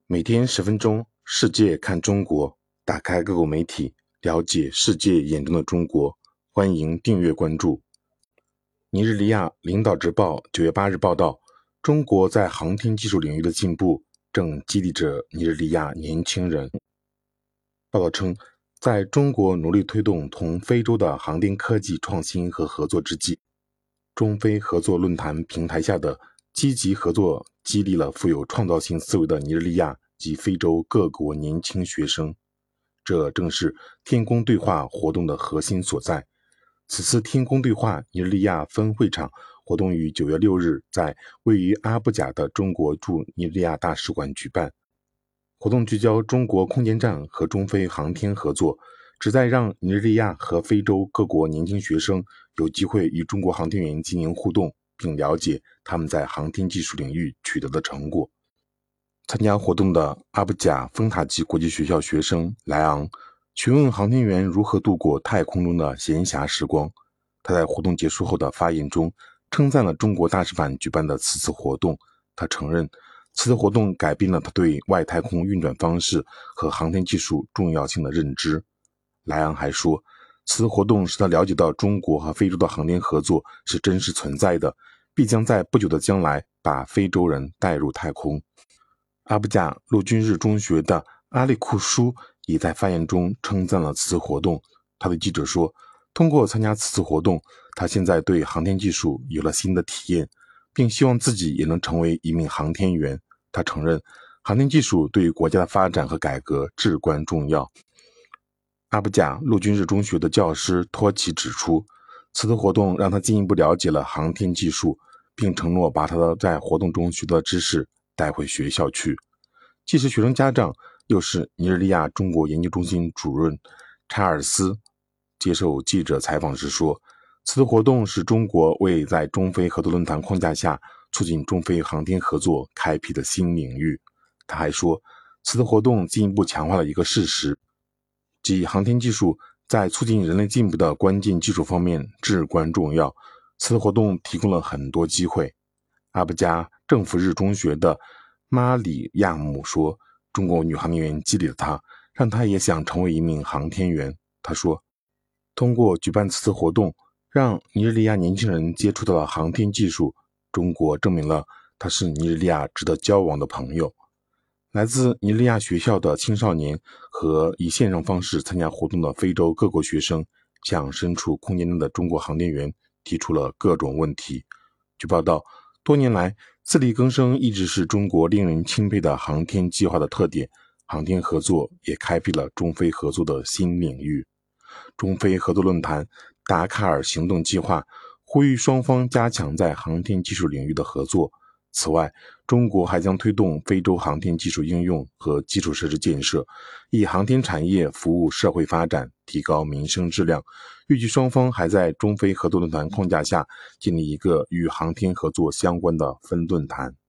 每天10分钟，世界看中国，打开各国媒体，了解世界眼中的中国。欢迎订阅关注。尼日利亚领导直报9月8日报道，中国在航天技术领域的进步正激励着尼日利亚年轻人。报道称，在中国努力推动同非洲的航天科技创新和合作之际，中非合作论坛平台下的积极合作激励了富有创造性思维的尼日利亚及非洲各国年轻学生。这正是天宫对话活动的核心所在。此次天宫对话尼日利亚分会场活动于9月6日在位于阿布贾的中国驻尼日利亚大使馆举办。活动聚焦中国空间站和中非航天合作，旨在让尼日利亚和非洲各国年轻学生有机会与中国航天员进行互动，并了解他们在航天技术领域取得的成果。参加活动的阿布贾丰塔吉国际学校学生莱昂询问航天员如何度过太空中的闲暇时光。他在活动结束后的发言中称赞了中国大使馆举办的此次活动。他承认此次活动改变了他对外太空运转方式和航天技术重要性的认知。莱昂还说，此次活动使他了解到中国和非洲的航天合作是真实存在的，必将在不久的将来把非洲人带入太空。阿布贾陆军日中学的阿利库舒也在发言中称赞了此次活动。他对记者说，通过参加此次活动，他现在对航天技术有了新的体验，并希望自己也能成为一名航天员。他承认航天技术对于国家的发展和改革至关重要。阿布贾陆军日中学的教师托奇指出，此次活动让他进一步了解了航天技术，并承诺把他在活动中学到的知识带回学校去。既是学生家长，又是尼日利亚中国研究中心主任查尔斯接受记者采访时说，此次活动是中国为在中非合作论坛框架下促进中非航天合作开辟的新领域。他还说，此次活动进一步强化了一个事实，即航天技术在促进人类进步的关键技术方面至关重要。此次活动提供了很多机会。阿布加政府日中学的马里亚姆说，中国女航天员激励了他，让他也想成为一名航天员。他说，通过举办此次活动，让尼日利亚年轻人接触到了航天技术，中国证明了他是尼日利亚值得交往的朋友。来自尼日利亚学校的青少年和以线上方式参加活动的非洲各国学生向身处空间中的中国航天员提出了各种问题。据报道，多年来自力更生一直是中国令人钦佩的航天计划的特点，航天合作也开辟了中非合作的新领域。中非合作论坛达喀尔行动计划呼吁双方加强在航天技术领域的合作。此外，中国还将推动非洲航天技术应用和基础设施建设，以航天产业服务社会发展，提高民生质量。预计双方还在中非合作论坛框架下建立一个与航天合作相关的分论坛。